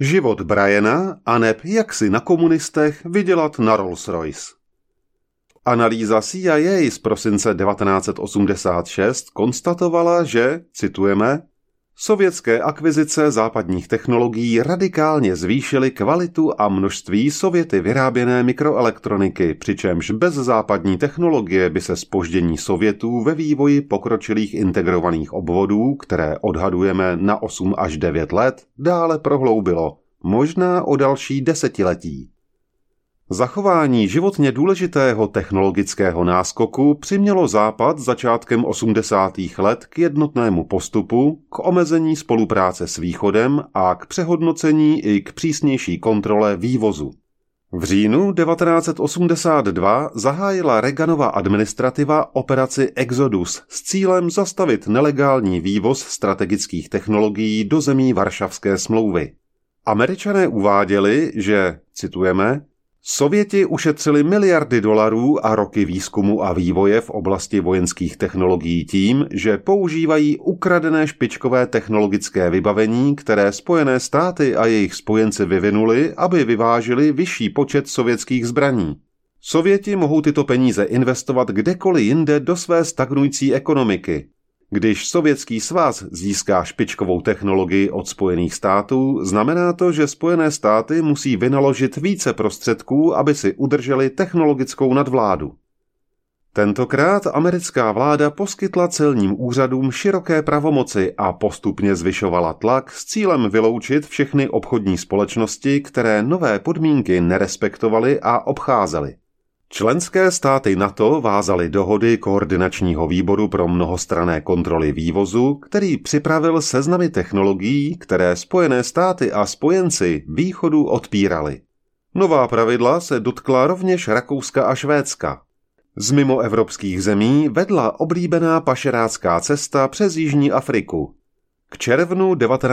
Život Briana aneb jak si na komunistech vydělat na Rolls-Royce. Analýza CIA z prosince 1986 konstatovala, že, citujeme, sovětské akvizice západních technologií radikálně zvýšily kvalitu a množství Sověty vyráběné mikroelektroniky, přičemž bez západní technologie by se zpoždění Sovětů ve vývoji pokročilých integrovaných obvodů, které odhadujeme na 8 až 9 let, dále prohloubilo, možná o další desetiletí. Zachování životně důležitého technologického náskoku přimělo Západ začátkem 80. let k jednotnému postupu, k omezení spolupráce s Východem a k přehodnocení i k přísnější kontrole vývozu. V říjnu 1982 zahájila Reaganova administrativa operaci Exodus s cílem zastavit nelegální vývoz strategických technologií do zemí Varšavské smlouvy. Američané uváděli, že, citujeme, Sověti ušetřili miliardy dolarů a roky výzkumu a vývoje v oblasti vojenských technologií tím, že používají ukradené špičkové technologické vybavení, které Spojené státy a jejich spojenci vyvinuli, aby vyvážili vyšší počet sovětských zbraní. Sověti mohou tyto peníze investovat kdekoliv jinde do své stagnující ekonomiky. Když Sovětský svaz získá špičkovou technologii od Spojených států, znamená to, že Spojené státy musí vynaložit více prostředků, aby si udrželi technologickou nadvládu. Tentokrát americká vláda poskytla celním úřadům široké pravomoci a postupně zvyšovala tlak s cílem vyloučit všechny obchodní společnosti, které nové podmínky nerespektovaly a obcházely. Členské státy NATO vázaly dohody Koordinačního výboru pro mnohostranné kontroly vývozu, který připravil seznamy technologií, které Spojené státy a spojenci východu odpírali. Nová pravidla se dotkla rovněž Rakouska a Švédska. Z mimoevropských zemí vedla oblíbená pašerácká cesta přes Jižní Afriku. K červnu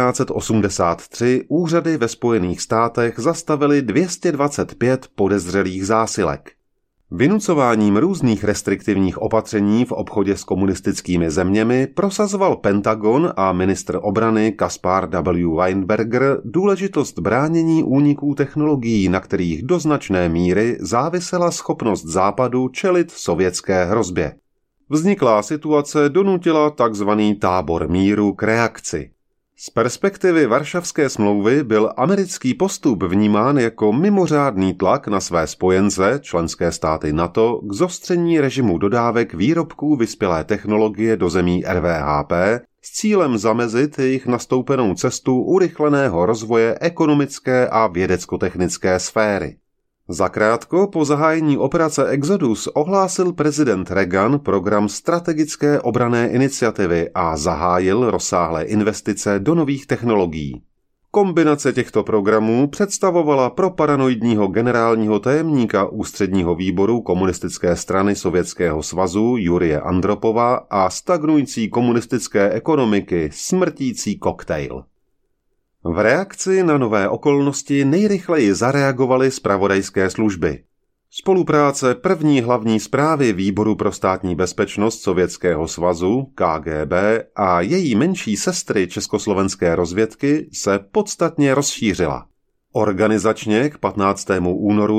1983 úřady ve Spojených státech zastavily 225 podezřelých zásilek. Vynucováním různých restriktivních opatření v obchodě s komunistickými zeměmi prosazoval Pentagon a ministr obrany Caspar W. Weinberger důležitost bránění úniků technologií, na kterých do značné míry závisela schopnost Západu čelit sovětské hrozbě. Vzniklá situace donutila tzv. Tábor míru k reakci. Z perspektivy Varšavské smlouvy byl americký postup vnímán jako mimořádný tlak na své spojence, členské státy NATO, k zostření režimu dodávek výrobků vyspělé technologie do zemí RVHP s cílem zamezit jejich nastoupenou cestu urychleného rozvoje ekonomické a vědecko-technické sféry. Zakrátko po zahájení operace Exodus ohlásil prezident Reagan program strategické obranné iniciativy a zahájil rozsáhlé investice do nových technologií. Kombinace těchto programů představovala pro paranoidního generálního tajemníka ústředního výboru komunistické strany Sovětského svazu Jurije Andropova a stagnující komunistické ekonomiky smrtící koktejl. V reakci na nové okolnosti nejrychleji zareagovaly zpravodajské služby. Spolupráce první hlavní správy Výboru pro státní bezpečnost Sovětského svazu, KGB, a její menší sestry československé rozvědky se podstatně rozšířila. Organizačně k 15. únoru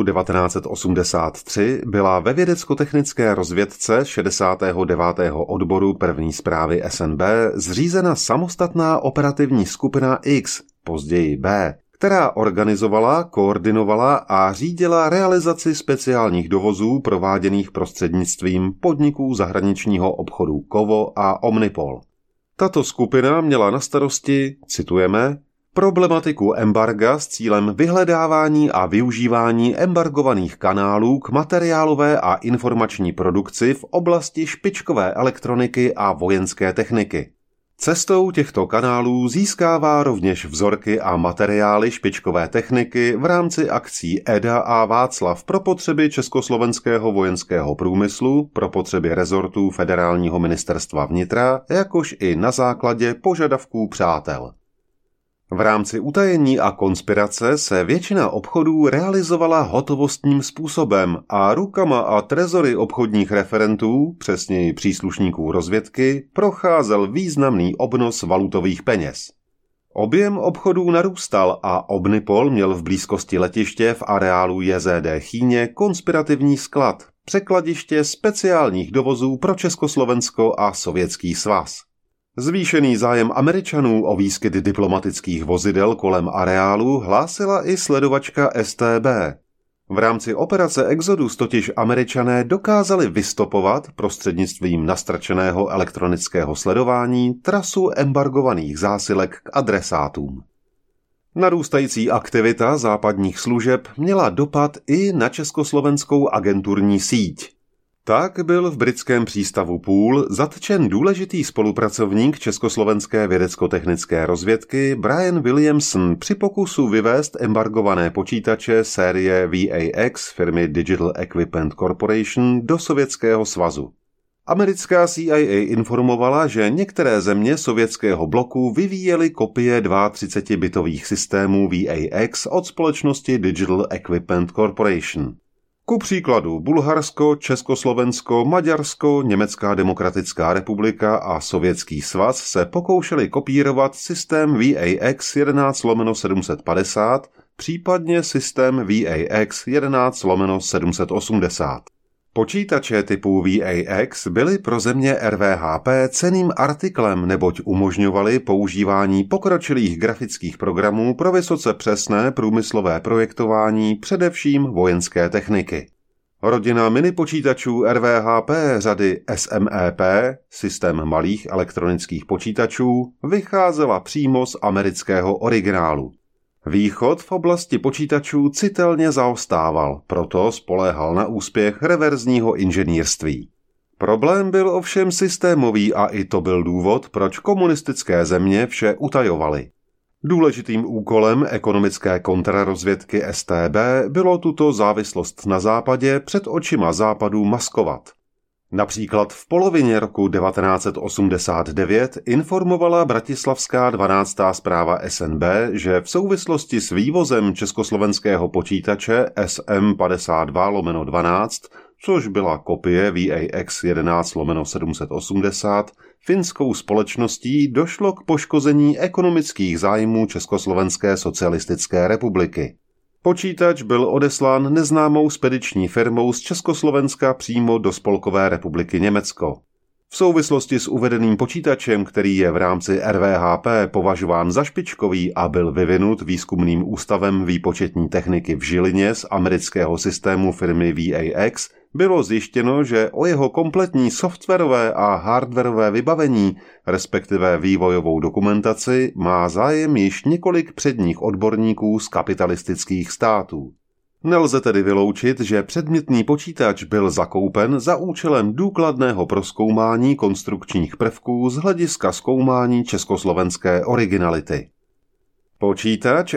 1983 byla ve vědecko-technické rozvědce 69. odboru první správy SNB zřízena samostatná operativní skupina X, později B, která organizovala, koordinovala a řídila realizaci speciálních dovozů prováděných prostřednictvím podniků zahraničního obchodu Kovo a Omnipol. Tato skupina měla na starosti, citujeme, problematiku embarga s cílem vyhledávání a využívání embargovaných kanálů k materiálové a informační produkci v oblasti špičkové elektroniky a vojenské techniky. Cestou těchto kanálů získává rovněž vzorky a materiály špičkové techniky v rámci akcí Eda a Václav pro potřeby československého vojenského průmyslu, pro potřeby rezortů Federálního ministerstva vnitra, jakož i na základě požadavků přátel. V rámci utajení a konspirace se většina obchodů realizovala hotovostním způsobem a rukama a trezory obchodních referentů, přesněji příslušníků rozvědky, procházel významný obnos valutových peněz. Objem obchodů narůstal a Omnipol měl v blízkosti letiště v areálu JZD Chýně konspirativní sklad, překladiště speciálních dovozů pro Československo a Sovětský svaz. Zvýšený zájem Američanů o výskyt diplomatických vozidel kolem areálu hlásila i sledovačka STB. V rámci operace Exodus totiž Američané dokázali vystopovat prostřednictvím nastrčeného elektronického sledování trasu embargovaných zásilek k adresátům. Narůstající aktivita západních služeb měla dopad i na československou agenturní síť. Tak byl v britském přístavu Poole zatčen důležitý spolupracovník československé vědecko-technické rozvědky Brian Williamson při pokusu vyvést embargované počítače série VAX firmy Digital Equipment Corporation do Sovětského svazu. Americká CIA informovala, že některé země sovětského bloku vyvíjely kopie 32-bitových systémů VAX od společnosti Digital Equipment Corporation. Ku příkladu Bulharsko, Československo, Maďarsko, Německá demokratická republika a Sovětský svaz se pokoušeli kopírovat systém VAX 11/750, případně systém VAX 11/780. Počítače typu VAX byly pro země RVHP cenným artiklem, neboť umožňovaly používání pokročilých grafických programů pro vysoce přesné průmyslové projektování především vojenské techniky. Rodina minipočítačů RVHP řady SMEP, systém malých elektronických počítačů, vycházela přímo z amerického originálu. Východ v oblasti počítačů citelně zaostával, proto spoléhal na úspěch reverzního inženýrství. Problém byl ovšem systémový a i to byl důvod, proč komunistické země vše utajovaly. Důležitým úkolem ekonomické kontrarozvědky StB bylo tuto závislost na západě před očima západu maskovat. Například v polovině roku 1989 informovala bratislavská 12. zpráva SNB, že v souvislosti s vývozem československého počítače SM52/12, což byla kopie VAX 11/780, finskou společností došlo k poškození ekonomických zájmů Československé socialistické republiky. Počítač byl odeslán neznámou spediční firmou z Československa přímo do Spolkové republiky Německo. V souvislosti s uvedeným počítačem, který je v rámci RVHP považován za špičkový a byl vyvinut výzkumným ústavem výpočetní techniky v Žilině z amerického systému firmy VAX, bylo zjištěno, že o jeho kompletní softwarové a hardwarové vybavení, respektive vývojovou dokumentaci, má zájem již několik předních odborníků z kapitalistických států. Nelze tedy vyloučit, že předmětný počítač byl zakoupen za účelem důkladného prozkoumání konstrukčních prvků z hlediska zkoumání československé originality. Počítač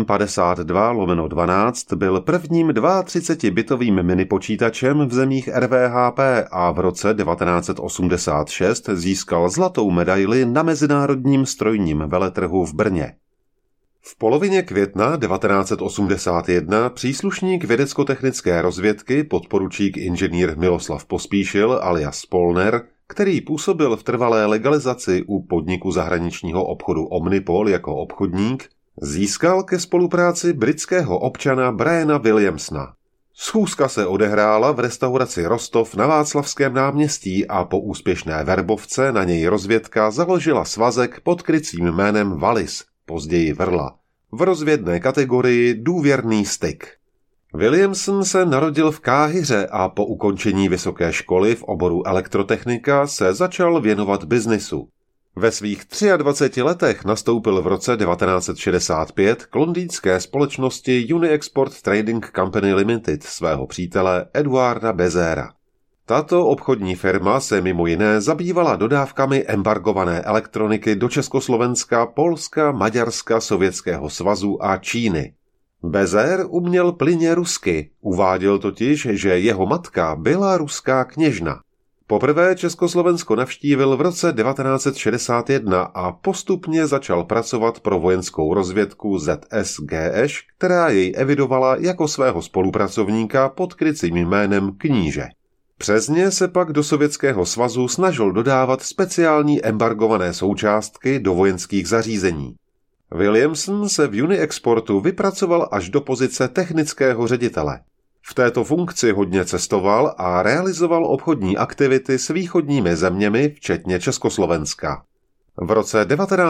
SM52/12 byl prvním 32-bitovým minipočítačem v zemích RVHP a v roce 1986 získal zlatou medaili na mezinárodním strojním veletrhu v Brně. V polovině května 1981 příslušník vědecko-technické rozvědky podporučík inženýr Miloslav Pospíšil alias Polner, který působil v trvalé legalizaci u podniku zahraničního obchodu Omnipol jako obchodník, získal ke spolupráci britského občana Briana Williamsona. Schůzka se odehrála v restauraci Rostov na Václavském náměstí a po úspěšné verbovce na něj rozvědka založila svazek pod krycím jménem Wallis, později Vrla, v rozvědné kategorii důvěrný styk. Williamson se narodil v Káhiře a po ukončení vysoké školy v oboru elektrotechnika se začal věnovat biznisu. Ve svých 23 letech nastoupil v roce 1965 k londýnské společnosti Uniexport Trading Company Limited svého přítele Eduarda Bezera. Tato obchodní firma se mimo jiné zabývala dodávkami embargované elektroniky do Československa, Polska, Maďarska, Sovětského svazu a Číny. Bezer uměl plynně rusky, uváděl totiž, že jeho matka byla ruská kněžna. Poprvé Československo navštívil v roce 1961 a postupně začal pracovat pro vojenskou rozvědku ZSGŠ, která jej evidovala jako svého spolupracovníka pod krycím jménem Kníže. Přes ně se pak do Sovětského svazu snažil dodávat speciální embargované součástky do vojenských zařízení. Williamson se v Uniexportu vypracoval až do pozice technického ředitele. V této funkci hodně cestoval a realizoval obchodní aktivity s východními zeměmi, včetně Československa. V roce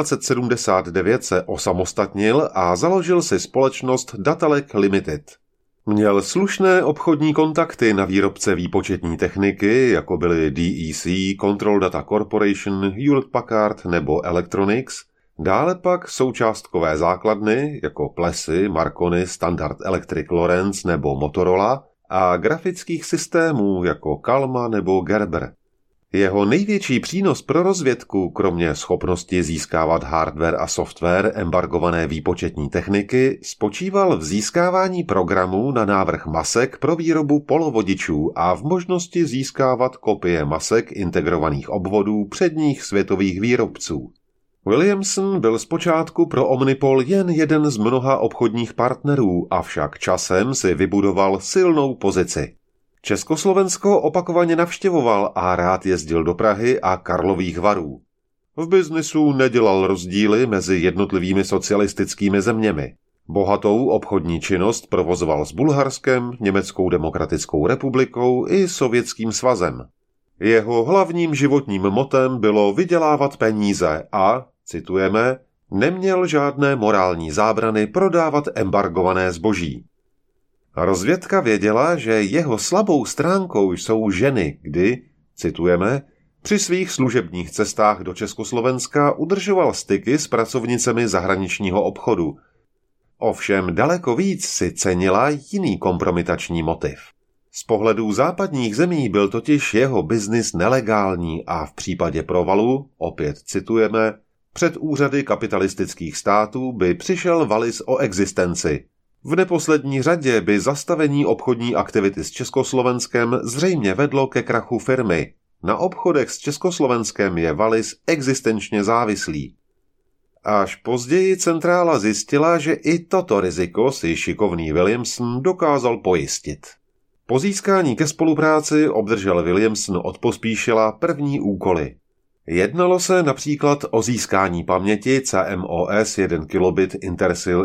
1979 se osamostatnil a založil si společnost Datalec Limited. Měl slušné obchodní kontakty na výrobce výpočetní techniky, jako byly DEC, Control Data Corporation, Hewlett Packard nebo Electronics, dále pak součástkové základny, jako Plessey, Marconi, Standard Electric Lawrence nebo Motorola, a grafických systémů, jako Kalma nebo Gerber. Jeho největší přínos pro rozvědku, kromě schopnosti získávat hardware a software embargované výpočetní techniky, spočíval v získávání programů na návrh masek pro výrobu polovodičů a v možnosti získávat kopie masek integrovaných obvodů předních světových výrobců. Williamson byl zpočátku pro Omnipol jen jeden z mnoha obchodních partnerů, avšak časem si vybudoval silnou pozici. Československo opakovaně navštěvoval a rád jezdil do Prahy a Karlových Varů. V biznisu nedělal rozdíly mezi jednotlivými socialistickými zeměmi. Bohatou obchodní činnost provozoval s Bulharskem, Německou demokratickou republikou i Sovětským svazem. Jeho hlavním životním motem bylo vydělávat peníze a, citujeme, neměl žádné morální zábrany prodávat embargované zboží. Rozvědka věděla, že jeho slabou stránkou jsou ženy, kdy, citujeme, při svých služebních cestách do Československa udržoval styky s pracovnicemi zahraničního obchodu. Ovšem daleko víc si cenila jiný kompromitační motiv. Z pohledu západních zemí byl totiž jeho biznis nelegální a v případě provalu, opět citujeme, před úřady kapitalistických států by přišel Wallis o existenci. V neposlední řadě by zastavení obchodní aktivity s Československem zřejmě vedlo ke krachu firmy. Na obchodech s Československem je Wallis existenčně závislý. Až později centrála zjistila, že i toto riziko si šikovný Williamson dokázal pojistit. Po získání ke spolupráci obdržel Williamson od Pospíšila první úkoly. Jednalo se například o získání paměti CMOS 1 kilobit Intersil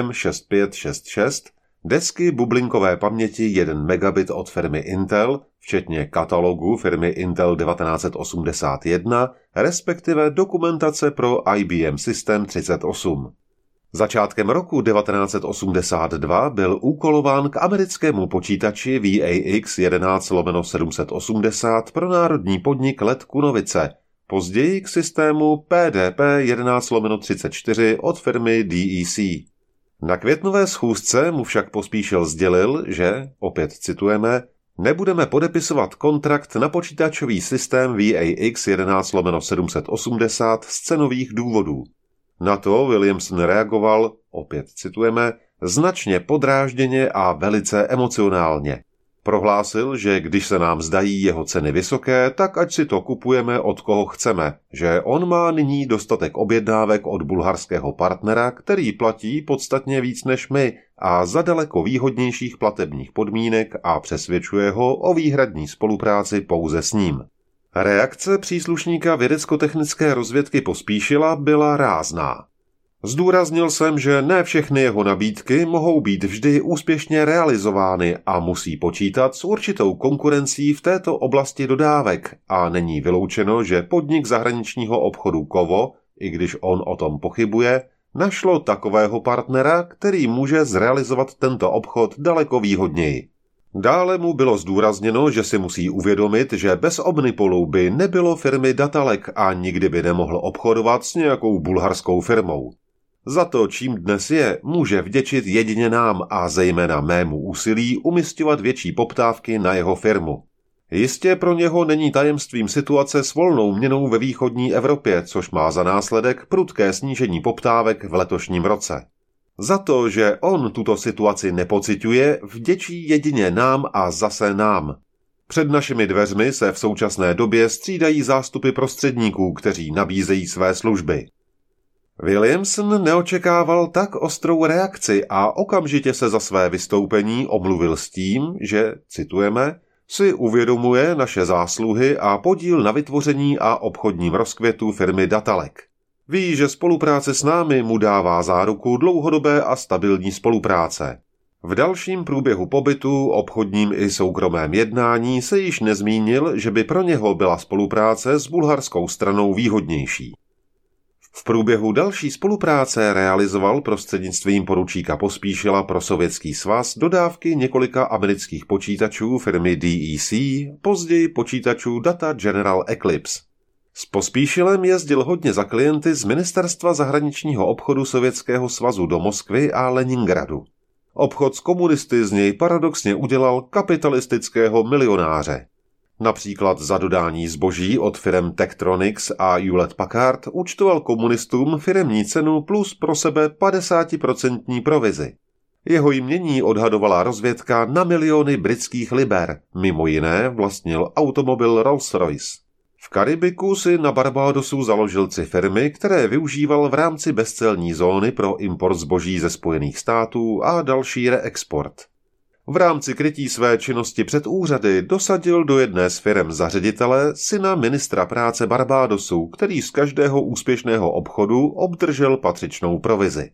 IM6566, desky bublinkové paměti 1 megabit od firmy Intel, včetně katalogu firmy Intel 1981, respektive dokumentace pro IBM System 38. Začátkem roku 1982 byl úkolován k americkému počítači VAX 11/780 pro národní podnik Let Kunovice, později k systému PDP 11/34 od firmy DEC. Na květnové schůzce mu však Pospíšil sdělil, že, opět citujeme, nebudeme podepisovat kontrakt na počítačový systém VAX 11/780 z cenových důvodů. Na to Williamson reagoval, opět citujeme, značně podrážděně a velice emocionálně. Prohlásil, že když se nám zdají jeho ceny vysoké, tak ať si to kupujeme od koho chceme, že on má nyní dostatek objednávek od bulharského partnera, který platí podstatně víc než my a za daleko výhodnějších platebních podmínek a přesvědčuje ho o výhradní spolupráci pouze s ním. Reakce příslušníka vědecko-technické rozvědky Pospíšila byla rázná. Zdůraznil jsem, že ne všechny jeho nabídky mohou být vždy úspěšně realizovány a musí počítat s určitou konkurencí v této oblasti dodávek a není vyloučeno, že podnik zahraničního obchodu Kovo, i když on o tom pochybuje, našlo takového partnera, který může zrealizovat tento obchod daleko výhodněji. Dále mu bylo zdůrazněno, že si musí uvědomit, že bez Omnipolu by nebylo firmy Datalec a nikdy by nemohl obchodovat s nějakou bulharskou firmou. Za to, čím dnes je, může vděčit jedině nám a zejména mému úsilí umisťovat větší poptávky na jeho firmu. Jistě pro něho není tajemstvím situace s volnou měnou ve východní Evropě, což má za následek prudké snížení poptávek v letošním roce. Za to, že on tuto situaci nepociťuje, vděčí jedině nám a zase nám. Před našimi dveřmi se v současné době střídají zástupy prostředníků, kteří nabízejí své služby. Williamson neočekával tak ostrou reakci a okamžitě se za své vystoupení omluvil s tím, že, citujeme, si uvědomuje naše zásluhy a podíl na vytvoření a obchodním rozkvětu firmy Datalec. Ví, že spolupráce s námi mu dává záruku dlouhodobé a stabilní spolupráce. V dalším průběhu pobytu, obchodním i soukromém jednání se již nezmínil, že by pro něho byla spolupráce s bulharskou stranou výhodnější. V průběhu další spolupráce realizoval prostřednictvím poručíka Pospíšila pro Sovětský svaz dodávky několika amerických počítačů firmy DEC, později počítačů Data General Eclipse. S Pospíšilem jezdil hodně za klienty z Ministerstva zahraničního obchodu Sovětského svazu do Moskvy a Leningradu. Obchod s komunisty z něj paradoxně udělal kapitalistického milionáře. Například za dodání zboží od firem Tektronix a Hewlett Packard účtoval komunistům firemní cenu plus pro sebe 50% provizi. Jeho jmění odhadovala rozvědka na miliony britských liber, mimo jiné vlastnil automobil Rolls-Royce. V Karibiku si na Barbadosu založil 3 firmy, které využíval v rámci bezcelní zóny pro import zboží ze Spojených států a další reexport. V rámci krytí své činnosti před úřady dosadil do jedné z firem za ředitele syna ministra práce Barbadosu, který z každého úspěšného obchodu obdržel patřičnou provizi.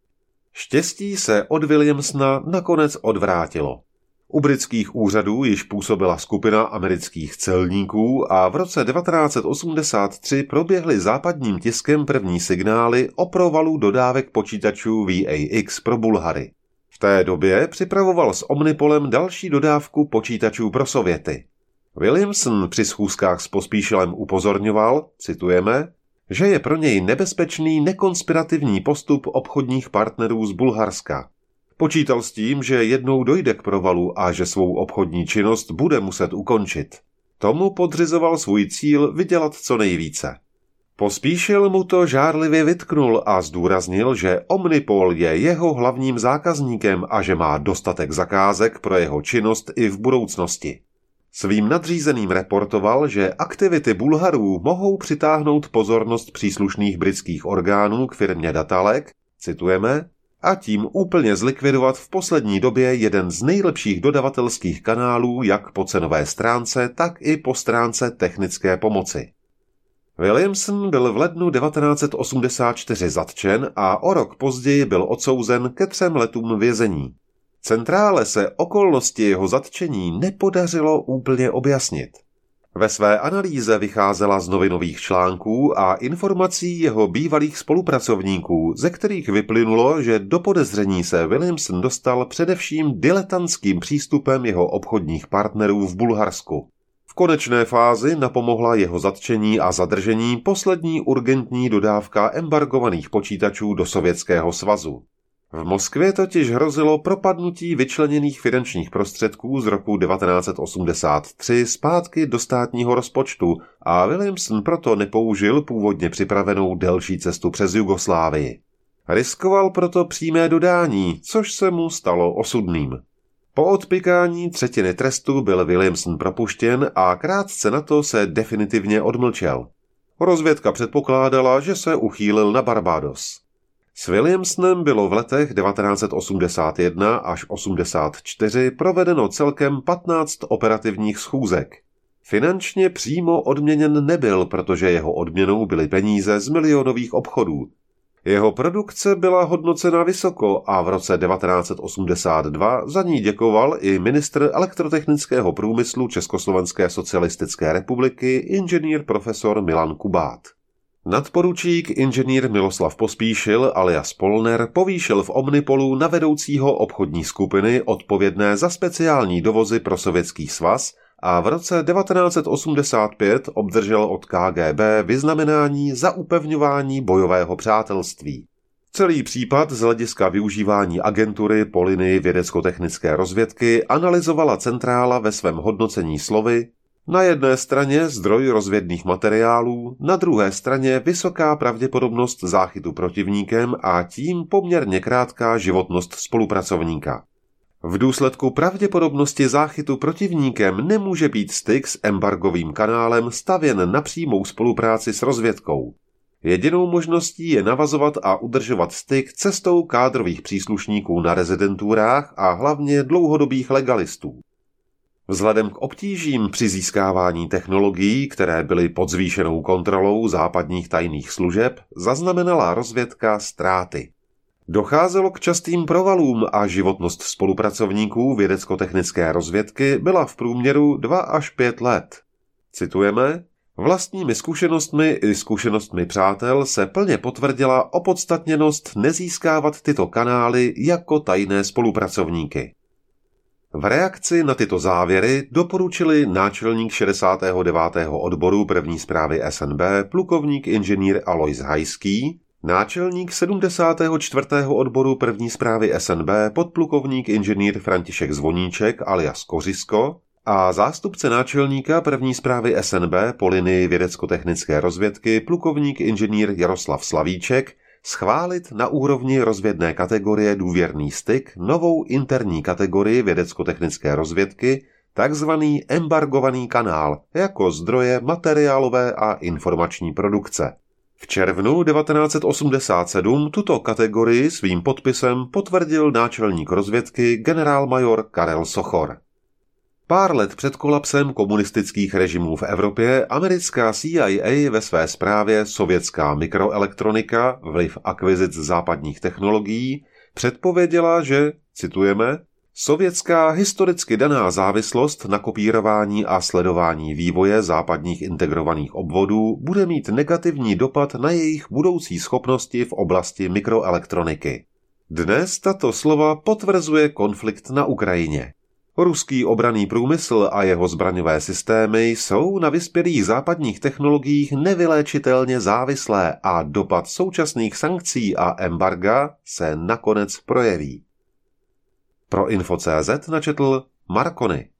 Štěstí se od Williamsona nakonec odvrátilo. U britských úřadů již působila skupina amerických celníků a v roce 1983 proběhly západním tiskem první signály o provalu dodávek počítačů VAX pro Bulhary. V té době připravoval s Omnipolem další dodávku počítačů pro Sověty. Williamson při schůzkách s Pospíšilem upozorňoval, citujeme, že je pro něj nebezpečný nekonspirativní postup obchodních partnerů z Bulharska. Počítal s tím, že jednou dojde k provalu a že svou obchodní činnost bude muset ukončit. Tomu podřizoval svůj cíl vydělat co nejvíce. Pospíšil mu to žárlivě vytknul a zdůraznil, že Omnipol je jeho hlavním zákazníkem a že má dostatek zakázek pro jeho činnost i v budoucnosti. Svým nadřízeným reportoval, že aktivity Bulharů mohou přitáhnout pozornost příslušných britských orgánů k firmě Datalek, citujeme, a tím úplně zlikvidovat v poslední době jeden z nejlepších dodavatelských kanálů jak po cenové stránce, tak i po stránce technické pomoci. Williamson byl v lednu 1984 zatčen a o rok později byl odsouzen ke 3 letům vězení. Centrále se okolnosti jeho zatčení nepodařilo úplně objasnit. Ve své analýze vycházela z novinových článků a informací jeho bývalých spolupracovníků, ze kterých vyplynulo, že do podezření se Williamson dostal především diletantským přístupem jeho obchodních partnerů v Bulharsku. V konečné fázi napomohla jeho zatčení a zadržení poslední urgentní dodávka embargovaných počítačů do Sovětského svazu. V Moskvě totiž hrozilo propadnutí vyčleněných finančních prostředků z roku 1983 zpátky do státního rozpočtu a Williamson proto nepoužil původně připravenou delší cestu přes Jugoslávii. Riskoval proto přímé dodání, což se mu stalo osudným. Po odpykání 1/3 trestu byl Williamson propuštěn a krátce na to se definitivně odmlčel. Rozvědka předpokládala, že se uchýlil na Barbados. S Williamsonem bylo v letech 1981 až 1984 provedeno celkem 15 operativních schůzek. Finančně přímo odměněn nebyl, protože jeho odměnou byly peníze z milionových obchodů. Jeho produkce byla hodnocena vysoko a v roce 1982 za ní děkoval i ministr elektrotechnického průmyslu Československé socialistické republiky inženýr profesor Milan Kubát. Nadporučík inženýr Miloslav Pospíšil alias Polner povýšil v Omnipolu na vedoucího obchodní skupiny odpovědné za speciální dovozy pro Sovětský svaz a v roce 1985 obdržel od KGB vyznamenání za upevňování bojového přátelství. Celý případ z hlediska využívání agentury po linii vědecko-technické rozvědky analyzovala centrála ve svém hodnocení slovy: na jedné straně zdroj rozvědných materiálů, na druhé straně vysoká pravděpodobnost záchytu protivníkem a tím poměrně krátká životnost spolupracovníka. V důsledku pravděpodobnosti záchytu protivníkem nemůže být styk s embargovým kanálem stavěn na přímou spolupráci s rozvědkou. Jedinou možností je navazovat a udržovat styk cestou kádrových příslušníků na rezidenturách a hlavně dlouhodobých legalistů. Vzhledem k obtížím při získávání technologií, které byly pod zvýšenou kontrolou západních tajných služeb, zaznamenala rozvědka ztráty. Docházelo k častým provalům a životnost spolupracovníků vědecko-technické rozvědky byla v průměru 2 až 5 let. Citujeme: vlastními zkušenostmi i zkušenostmi přátel se plně potvrdila opodstatněnost nezískávat tyto kanály jako tajné spolupracovníky. V reakci na tyto závěry doporučili náčelník 69. odboru první zprávy SNB plukovník inženýr Alois Hajský, náčelník 74. odboru první zprávy SNB podplukovník inženýr František Zvoníček alias Kořisko a zástupce náčelníka první zprávy SNB po linii vědecko-technické rozvědky plukovník inženýr Jaroslav Slavíček schválit na úrovni rozvědné kategorie důvěrný styk novou interní kategorii vědecko-technické rozvědky, takzvaný embargovaný kanál, jako zdroje materiálové a informační produkce. V červnu 1987 tuto kategorii svým podpisem potvrdil náčelník rozvědky generálmajor Karel Sochor. Pár let před kolapsem komunistických režimů v Evropě americká CIA ve své zprávě Sovětská mikroelektronika, vliv akvizic západních technologií, předpověděla, že, citujeme, sovětská historicky daná závislost na kopírování a sledování vývoje západních integrovaných obvodů bude mít negativní dopad na jejich budoucí schopnosti v oblasti mikroelektroniky. Dnes tato slova potvrzuje konflikt na Ukrajině. Ruský obranný průmysl a jeho zbraňové systémy jsou na vyspělých západních technologiích nevyléčitelně závislé a dopad současných sankcí a embarga se nakonec projeví. Pro Info.cz načetl Marconi.